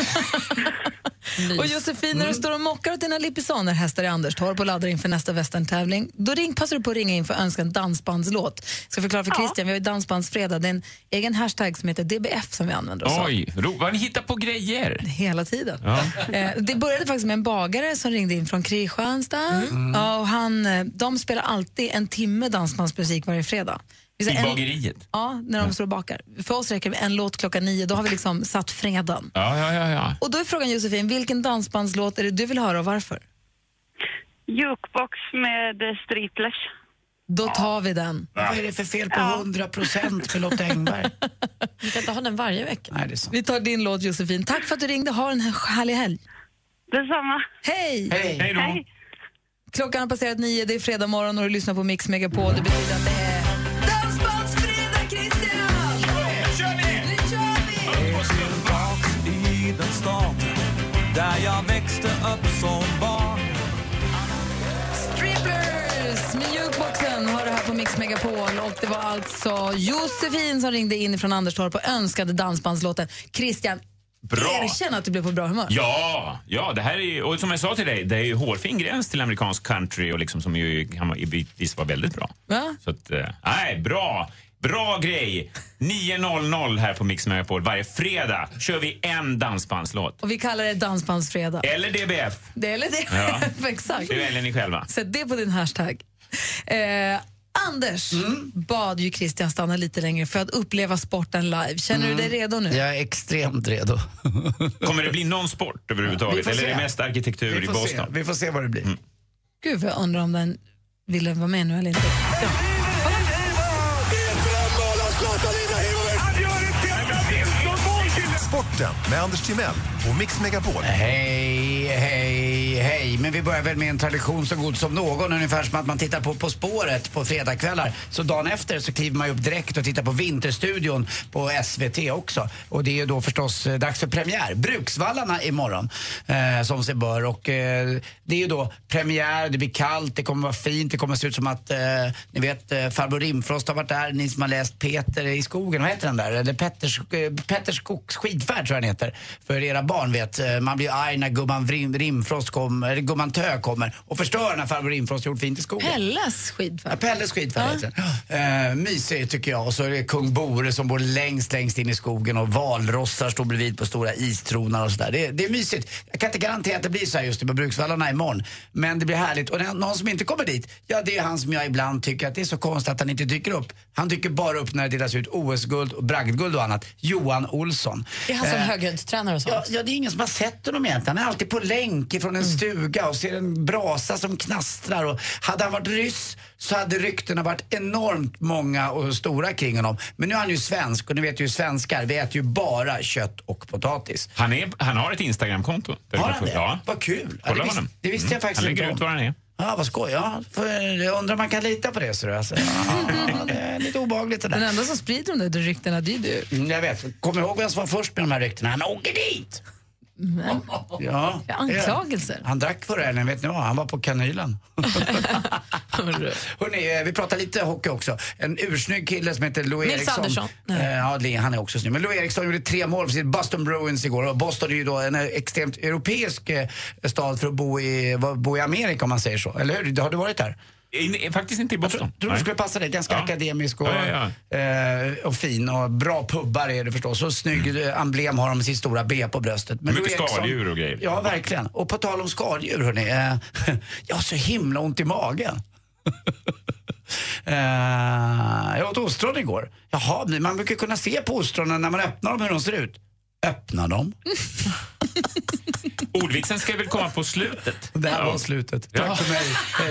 Och Josefin, när du står och mockar åt dina lipisanerhästar i Anderstorp och laddar inför nästa västerntävling, då passar du på att ringa in för att önska en dansbandslåt. Ska förklara för Christian, vi har ju Dansbandsfredag, det är en egen hashtag som heter DBF som vi använder oss av. Oj, vad ni hittar på grejer. Hela tiden. Ja. Det började faktiskt med en bagare som ringde in från Kristianstad. Ja, och de spelar alltid en timme dansbandsmusik varje fredag. I bageriet? Ja, när de står och bakar. För oss räcker det en låt klockan 9, då har vi liksom satt fredagen. Ja. Och då är frågan, Josefin, vilken dansbandslåt är det du vill höra och varför? Jukebox med Striplers. Då tar vi den. Vad är det för fel på 100% för Lotta Engberg? Vi kan inte ha den varje vecka. Nej, det är sant. Vi tar din låt, Josefin. Tack för att du ringde. Ha en härlig helg. Detsamma. Hej! Hej då. Klockan har passerat 9, det är fredag morgon och du lyssnar på Mix Megapol. Det betyder att det är Dansbandsfredag, Christian! Nu kör vi! I den stad där jag växte upp som barn. Striplers med Jukeboxen har du här på Mix Megapol. Och det var alltså Josefin som ringde in från Anderstorp och önskade dansbandslåten. Christian, erkänn att du blev på bra humör. Ja, det här är, och som jag sa till dig, det är ju hårfin gräns till amerikansk country och liksom som ju kan bitvis vara väldigt bra. Va? Så att, bra grej. 9.00 här på Mix Megapol. Varje fredag kör vi en dansbandslåt. Och vi kallar det Dansbandsfredag. Eller DBF. Eller det, ja. Exakt. Det väljer ni själva. Sätt det på din hashtag. Anders bad ju Christian stanna lite längre för att uppleva sporten live. Känner du dig redo nu? Jag är extremt redo. Kommer det bli någon sport överhuvudtaget? Eller är det mest arkitektur i Boston? Vi får se vad det blir. Gud, jag undrar om den ville vara med nu eller inte. Ja. Sporten med Anders Timell och Mix Megapol. Hej hej. Men vi börjar väl med en tradition så god som någon. Ungefär som att man tittar på Spåret på fredagskvällar. Så dagen efter så kliver man upp direkt och tittar på Vinterstudion på SVT också. Och det är ju då förstås dags för premiär. Bruksvallarna imorgon, som sig bör. Och det är ju då premiär, det blir kallt, det kommer vara fint. Det kommer se ut som att, ni vet, farbror Rimfrost har varit där. Ni som har läst Peter i skogen, vad heter den där? Eller Petters skogs skidfärd tror jag den heter. För era barn vet, man blir arg när gumman Rimfrost kommer, eller gumman Tö kommer och förstör när farbror Rimfrost gjort fint i skogen. Pelles skidfärd. Ja, Pelles skidfärd heter den. Mysigt tycker jag. Och så är det kung Bore som bor längst in i skogen och valrossar står bredvid på stora istronar och sådär. Det är mysigt. Jag kan inte garantera att det blir så här just på Bruksvallarna imorgon. Men det blir härligt. Och någon som inte kommer dit, ja det är han som jag ibland tycker att det är så konstigt att han inte dyker upp. Han dyker bara upp när det delas ut OS-guld och bragdguld och annat. Johan Olsson. Det är han som höghöjdstränare och sånt. Ja, det är ingen som har sett honom egentligen. Han är alltid på länk ifrån en stuga och ser en brasa som knastrar. Och hade han varit ryss så hade ryktena varit enormt många och stora kring honom. Men nu är han ju svensk och ni vet ju svenskar, vi äter ju bara kött och potatis. Han har ett Instagramkonto. Har han det? Ja. Vad kul. Kolla Det visste jag faktiskt inte. Han inte lägger ut var han är. Ja, vad skoj. Ja, jag undrar om man kan lita på det. Så alltså. Det är lite obehagligt det där. Den enda som sprider de där ryktena, det är du. Jag vet. Kommer ihåg vem som var först med de här ryktena? Han åker dit! Men, ja, anklagelser. Han drack förra helgen, vet ni vad? Han var på kanylen. Hörrni, vi pratar lite hockey också. En ursnygg kille som heter Lou Eriksson. Nils Andersson. Ja, han är också snygg. Men Lou Eriksson gjorde 3 mål för sitt Boston Bruins igår. Och Boston är ju då en extremt europeisk stad för att bo i Amerika om man säger så. Eller hur? Har du varit där? Faktiskt inte i Boston. Jag tror du skulle passa dig. Ganska akademisk och fin. Och bra pubbar är det förstås. Och snygg emblem har de med sitt stora B på bröstet. Men mycket skaldjur och grejer. Ja, verkligen. Och på tal om skaldjur, hörni. Jag har så himla ont i magen. Jag åt ostron igår. Jaha, man brukar kunna se på ostronen när man öppnar dem hur de ser ut. Öppna dem. Ordvitsen ska väl komma på slutet. Det här var slutet. Tack för mig. Hej.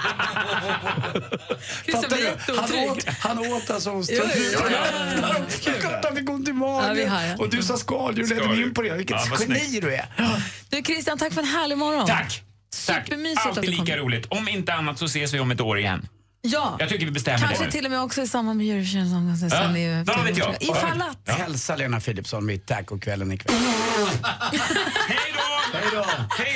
Han åt alltså ostron. Klart han fick ont i magen. Och du sa skaldjur, ledde mig in på det. Vilket geni du är. Du Christian, tack för en härlig morgon. Tack. Alltid lika roligt. Om inte annat så ses vi om ett år igen. Ja. Jag tycker vi bestämmer kanske det. till och med också i samband med Eurovision. Vad vet jag? Ifall att. Hälsa Lena Philipsson mitt tack och kvällen ikväll. Hej då! Hej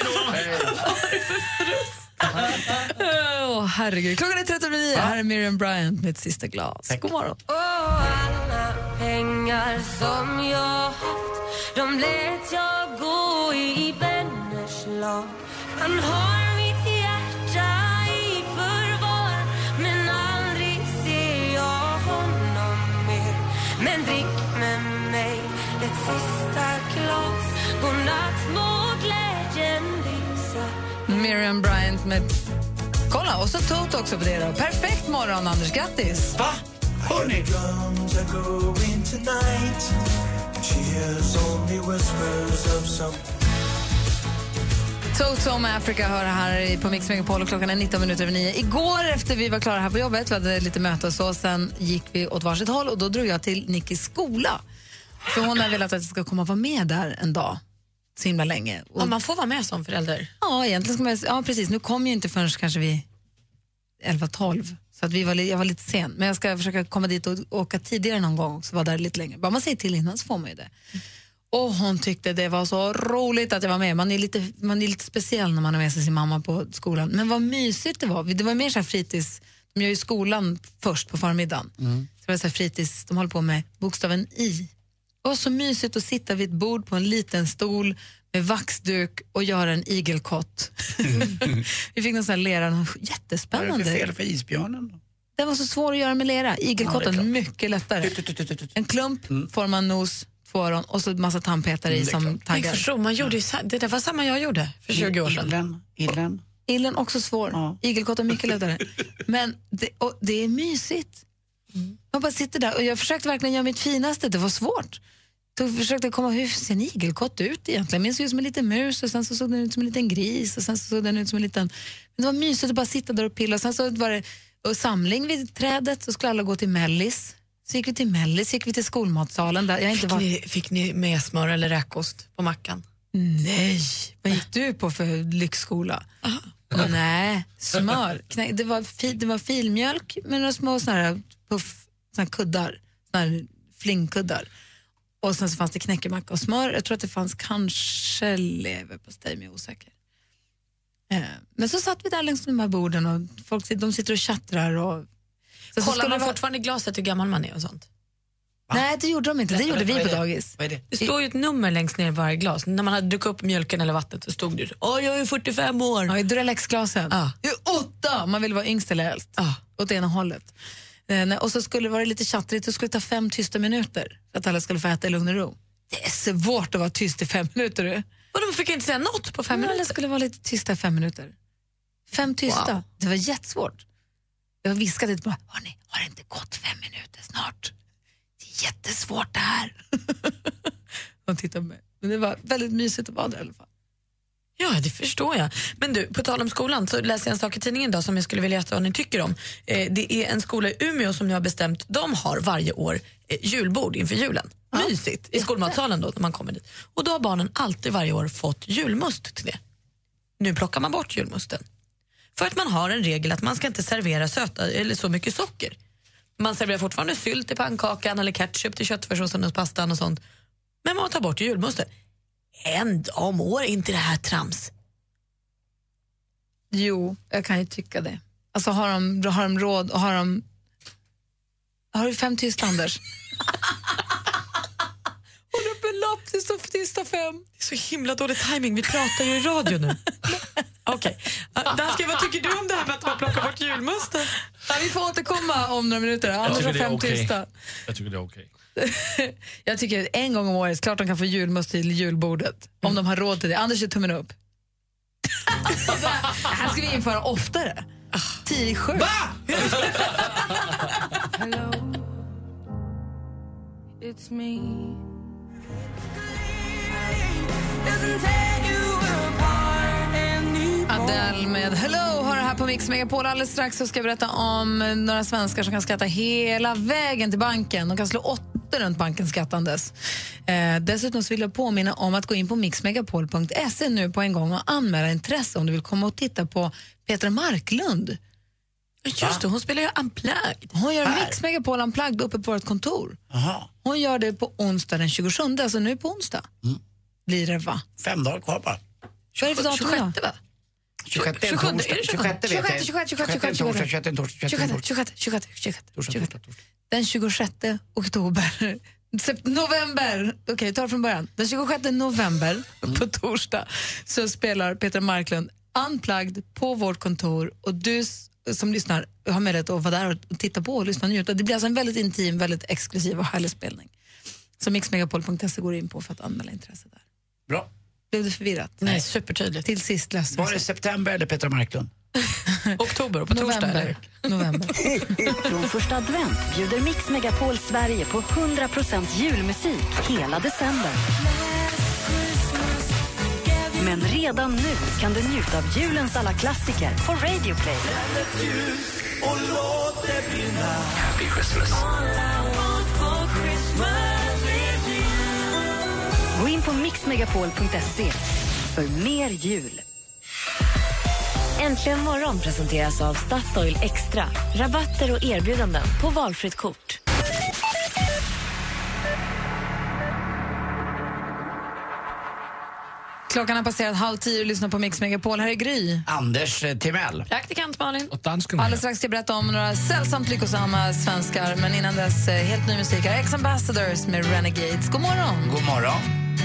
då! Herregud. Klockan är 13:09. Här är Miriam Bryant med ett sista glas. God morgon. Alla pengar som jag haft, de lät jag gå i vänners lag. Han har mitt hjärta i förvar, men aldrig ser jag honom mer. Men drick med mig ett sista glas. Godnatt må glädjen lysa. Miriam Bryant med... Kolla, och så Toto också på det då. Perfekt morgon, Anders. Grattis! Va? Hörni! Toto med Africa hör här på Mix Megapol och klockan är 19:09. Igår efter vi var klara här på jobbet, vi hade lite möte och så, sen gick vi åt varsitt håll och då drog jag till Nickis skola. För hon har velat att jag ska komma och vara med där en dag. Så himla länge. Och, man får vara med som förälder. Ja, egentligen ska man, ja precis. Nu kom ju inte förrän kanske vi 11-12. Så att jag var lite sen. Men jag ska försöka komma dit och åka tidigare någon gång och vara där lite längre. Bara man säger till innan så får man ju det. Och hon tyckte det var så roligt att jag var med. Man är lite speciell när man har med sig sin mamma på skolan. Men vad mysigt det var. Det var mer så här fritids. De gör ju skolan först på förmiddagen. Så det var så här fritids. De håller på med bokstaven I. Det var så mysigt att sitta vid ett bord på en liten stol med vaxduk och göra en igelkott. Vi fick någon sån här lera, jättespännande. Vad är det för fel för isbjörnen? Den var så svår att göra med lera. Igelkotten mycket lättare. En klump, formar nos, 2 öron och så en massa tandpetare i som taggar. Jag förstår, man gjorde det där var samma jag gjorde för 20 år sedan. Illen också svår. Ja. Igelkotten mycket lättare. Men det är mysigt. Man bara sitter där och jag försökte verkligen göra mitt finaste. Det var svårt. Jag försökte komma hur ser en igelkott ut egentligen. Min såg ut som en liten mus och sen så såg den ut som en liten gris och sen så såg den ut som en liten... Men det var mysigt att bara sitta där och pilla. Och sen så var det samling vid trädet så skulle alla gå till Mellis. Så gick vi till Mellis, gick vi till skolmatsalen där. Fick ni med smör eller räkost på mackan? Nej, vad gick du på för lyxskola? Nej, smör. Det var filmjölk med några små såna här kuddar, såna här flingkuddar. Och sen så fanns det knäckemacka och smör. Jag tror att det fanns kanske leverpastej, men jag är osäker. Men så satt vi där längs de här borden och folk de sitter och chattrar. Och kollar man fortfarande i glaset hur gammal man är och sånt? Nej, det gjorde de inte. Det gjorde vi på dagis. Vad är det? Det står ju ett nummer längst ner i varje glas. När man hade druckit upp mjölken eller vattnet så stod det jag är 45 år. Ja, i Duralex-glasen. Jag är 8. Man vill vara yngst eller äldst. Åt ena hållet. Och så skulle det vara lite chattrigt. Det skulle ta 5 tysta minuter för att alla skulle få äta i lugn och ro. Det är svårt att vara tyst i 5 minuter. Och de fick inte säga något på 5 minuter? Alla skulle vara lite tysta i 5 minuter. 5 tysta. Wow. Det var jättesvårt. Jag viskade lite bara, hörni, har det inte gått 5 minuter snart? Det är jättesvårt det här. De tittade på mig. Men det var väldigt mysigt att vara där i alla fall. Ja, det förstår jag. Men du, på tal om skolan så läste jag en sak i tidningen idag som jag skulle vilja veta vad ni tycker om. Det är en skola i Umeå som nu har bestämt, de har varje år julbord inför julen. Mysigt, i skolmatsalen då när man kommer dit. Och då har barnen alltid varje år fått julmust till det. Nu plockar man bort julmusten. För att man har en regel att man ska inte servera söta eller så mycket socker. Man serverar fortfarande sylt i pannkakan eller ketchup till köttfärssåsen och pastan och sånt. Men man tar bort julmusten. En dag om år, inte det här trams? Jo, jag kan ju tycka det. Alltså har de råd och har du 5 tyst, Anders? Håll upp en lapp, det står tysta 5. Det är så himla dålig timing. Vi pratar ju i radio nu. Okej. Danska, vad tycker du om det här med att man plockar bort julmusten? Ja, vi får återkomma om några minuter. Anders har 5 tysta. Jag tycker det är okej. Jag tycker en gång om året, klart de kan få julmust till julbordet. Om de har råd till det. Anders är tummen upp. Det här ska vi införa oftare. 10-7. Va? Hello, it's me. Adele med Hello har det här på Mix Megapol. Alldeles strax så ska jag berätta om några svenskar som kan skratta hela vägen till banken. De kan slå 8 runt banken skrattandes. Dessutom så vill jag påminna om att gå in på mixmegapol.se nu på en gång och anmäla intresse om du vill komma och titta på Petra Marklund. Just det, hon spelar ju Unplugged. Hon gör Mix Megapol Unplugged uppe på vårt kontor. Aha. Hon gör det på onsdag den 27, alltså nu på onsdag. Blir det, va? 5 dagar kvar bara. Vad är det för datum då? 26 är en torsdag. 26 Den 26 oktober. November. Okej, ta det från början. Den 26 november på torsdag så spelar Petra Marklund Unplugged på vårt kontor och du som lyssnar har möjlighet att vara där och titta på och lyssna och njuta. Det blir alltså en väldigt intim, väldigt exklusiv och härlig spelning. Så mixmegapol.se går in på för att anmäla intresse där. Bra. Blev du förvirrat? Nej, supertydligt. Till sist löser Var det september eller Petra Marklund? Oktober på torsdag eller? November. Från första advent bjuder Mix Megapol Sverige på 100% julmusik hela december. Men redan nu kan du njuta av julens alla klassiker på Radio Play. Happy Christmas. Gå in på mixmegapol.se för mer jul. Äntligen morgon presenteras av Statoil Extra. Rabatter och erbjudanden på valfritt kort. Klockan har passerat 9:30 och lyssnar på Mix Megapol. Här är Gry. Anders Timell. Praktikant Malin. Och dansken. Alldeles strax ska jag berätta om några sällsamt lyckosamma svenskar. Men innan dess helt ny musik. Ex-Ambassadors med Renegades. God morgon. God morgon.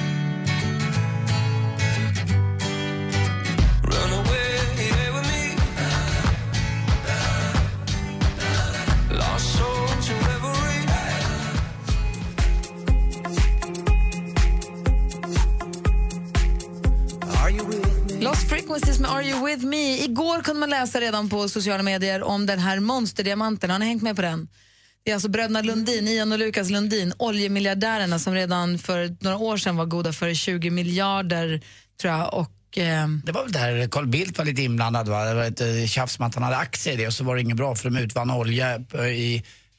Lost Frequencies med Are You With Me. Igår kunde man läsa redan på sociala medier om den här monsterdiamanten. Har ni hängt med på den? Det är alltså bröderna Lundin, Ian och Lukas Lundin, oljemiljardärerna som redan för några år sedan var goda för 20 miljarder tror jag. Och, det var väl där Carl Bildt var lite inblandad, va? Det var ett tjafs med att han hade aktier i det och så var det inget bra för de utvann olja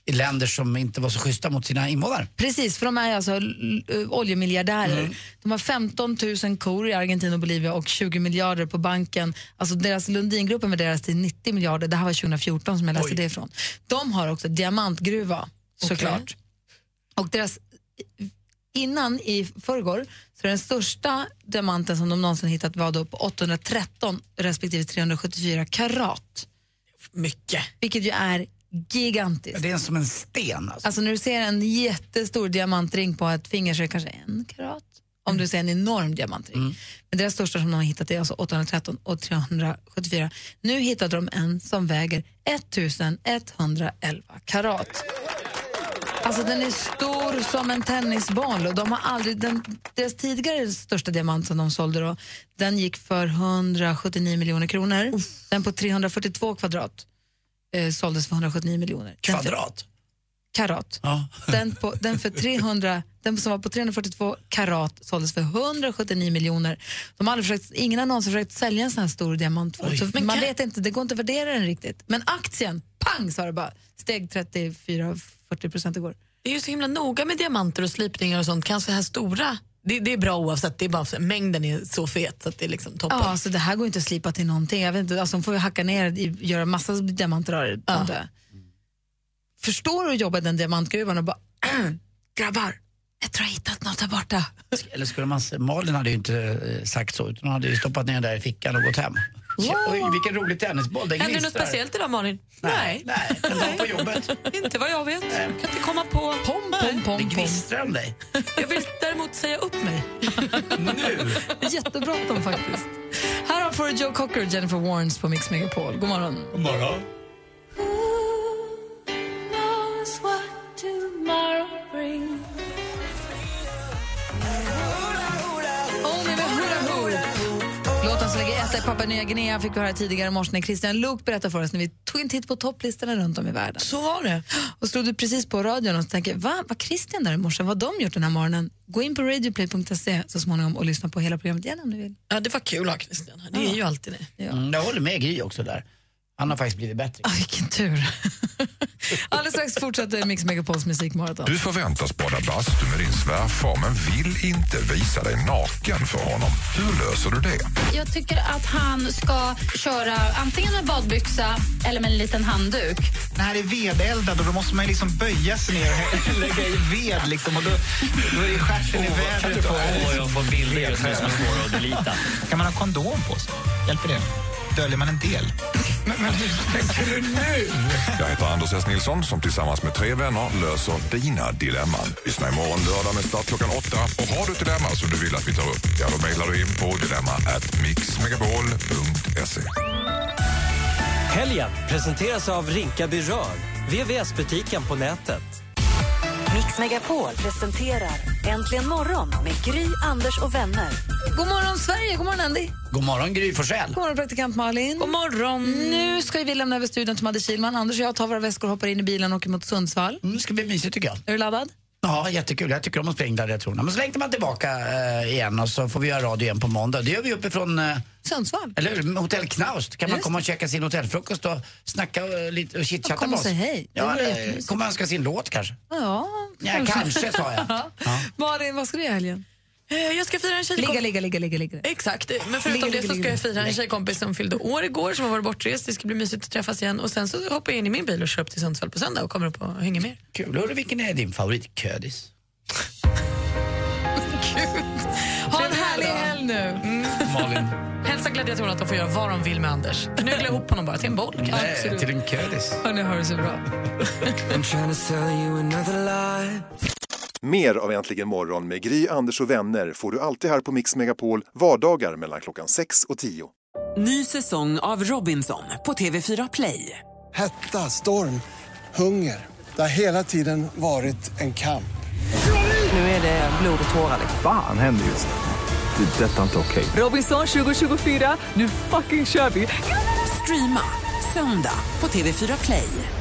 i länder som inte var så schyssta mot sina invånare. Precis, för de är alltså oljemiljardärer. De har 15 000 kor i Argentina och Bolivia och 20 miljarder på banken. Alltså deras Lundingruppen värderas till 90 miljarder. Det här var 2014 som jag läste det ifrån. De har också diamantgruva, såklart. Och deras, innan i förrgår, så är den största diamanten som de någonsin hittat var då på 813 respektive 374 karat. Mycket. Vilket ju är gigantiskt. Det är som en sten. Alltså när du ser en jättestor diamantring på ett finger så är det kanske 1 karat. Om du ser en enorm diamantring. Men deras största som de har hittat är alltså 813 och 374. Nu hittade de en som väger 1111 karat. Alltså den är stor som en tennisboll och de har aldrig, deras tidigare största diamant som de sålde då, den gick för 179 miljoner kronor. Den på 342 kvadrat såldes för 179 miljoner. Kvadrat? Karat. Ja. Den som var på 342 karat såldes för 179 miljoner. De har aldrig försökt, ingen har någonsin försökt sälja en sån här stor diamant. Så man vet inte, det går inte att värdera den riktigt. Men aktien, pang sa det bara, steg 34-40% igår. Det är ju så himla noga med diamanter och slipningar och sånt. Kanske här stora, det är bra oavsett. Det är bara mängden är så fet så att det är liksom toppen. Ja, så det här går inte att slipa till någonting. Jag vet inte, alltså de får ju hacka ner, göra massa diamanter av det. Ja. Förstår du att jobba i den diamantgruvan och bara grabbar, jag tror jag hittat något där borta. Eller skulle man, Malin hade ju inte sagt så, utan hon hade ju stoppat ner där i fickan och gått hem. Oj, vilken rolig tennisboll. Händer det något speciellt idag, Malin? Nej, en dag på jobbet. Inte vad jag vet. Kan inte komma på. Det gnistrar om dig. Jag vill däremot säga upp mig. Nu. Jättebråttom faktiskt. Här har för Joe Cocker och Jennifer Warnes på Mix Megapol. God morgon. God morgon. Låten som ligger etta i Papua Nya Guinea fick vi höra tidigare i morse när Christian Luuk berättade för oss när vi tog en titt på topplistorna runt om i världen. Så var det. Och stod du precis på radion och tänkte, vad Christian där i morse, vad de gjort den här morgonen? Gå in på radioplay.se så småningom och lyssna på hela programmet igen om du vill. Ja, det var kul att ha Christian. Det är ju alltid det. Ja. Jag håller med Gry också där. Han har faktiskt blivit bättre. Vilken tur. Alldeles strax fortsätter Mix Megapols musikmaraton. Du förväntas bada bastu med din svärfar men vill inte visa dig naken för honom. Hur löser du det? Jag tycker att han ska köra antingen med badbyxa eller med en liten handduk. Det här är vedeldad och då måste man liksom böja sig ner och lägga i ved liksom, och då är det stjärten i vädret. Jag får bilder just nu som är svåra att delita. Kan man ha kondom på sig? Hjälper det? Döljer man en del? Men hur tänker du nu? Jag heter Anders S. Nilsson som tillsammans med 3 vänner löser dina dilemman. Lyssna imorgon lördag med start klockan 8. Och har du ett dilemma som du vill att vi tar upp, ja då mejlar du in på dilemma@mixmegapol.se. Helgen presenteras av Rinkaby Rör, VVS-butiken på nätet. Mix Megapol presenterar Äntligen morgon med Gry, Anders och vänner. God morgon Sverige, god morgon Andy. God morgon Gry Forssell. God morgon praktikant Malin. God morgon. Nu ska vi lämna över studion till Madde Kihlman. Anders och jag tar våra väskor, hoppar in i bilen och åker mot Sundsvall. Det ska bli mysigt tycker jag. Är du laddad? Ja, jättekul. Jag tycker om att springa där, jag tror. Men så längtar man tillbaka igen och så får vi göra radio igen på måndag. Det gör vi uppifrån Sundsvall. Eller hur? Hotell Knaust. Kan man komma och checka sin hotellfrukost och snacka lite och chitchatta med oss. Kom och säg hej. Ja, eller kommer önska sin låt kanske. Ja, kanske sa jag. Ja. Malin, vad ska du göra i helgen? Jag ska fira en tjejkompis. Ligga. Exkt, men förutom det så ska jag fira en tjejkompis som fyllde år igår som har varit bortrest. Det ska bli mysigt att träffas igen och sen så hoppar jag in i min bil och kör upp till Sundsvall på söndag och kommer upp och hänger med. Kul. Hörru, vilken är din favoritködis? Ha en härlig helg nu. Malin. Hälsa gladiatorerna att de får göra vad de vill med Anders. Knögla ihop honom bara till en boll. Nej, till en ködis. Hörni, har det så bra. Mer av Äntligen morgon med Gry, Anders och vänner får du alltid här på Mix Megapol vardagar mellan klockan 6 och 10. Ny säsong av Robinson på TV4 Play. Hetta, storm, hunger. Det har hela tiden varit en kamp. Nu är det blod och tårar. Fan händer just det. Det är detta inte okej. Robinson 2024, nu fucking kör vi. Streama söndag på TV4 Play.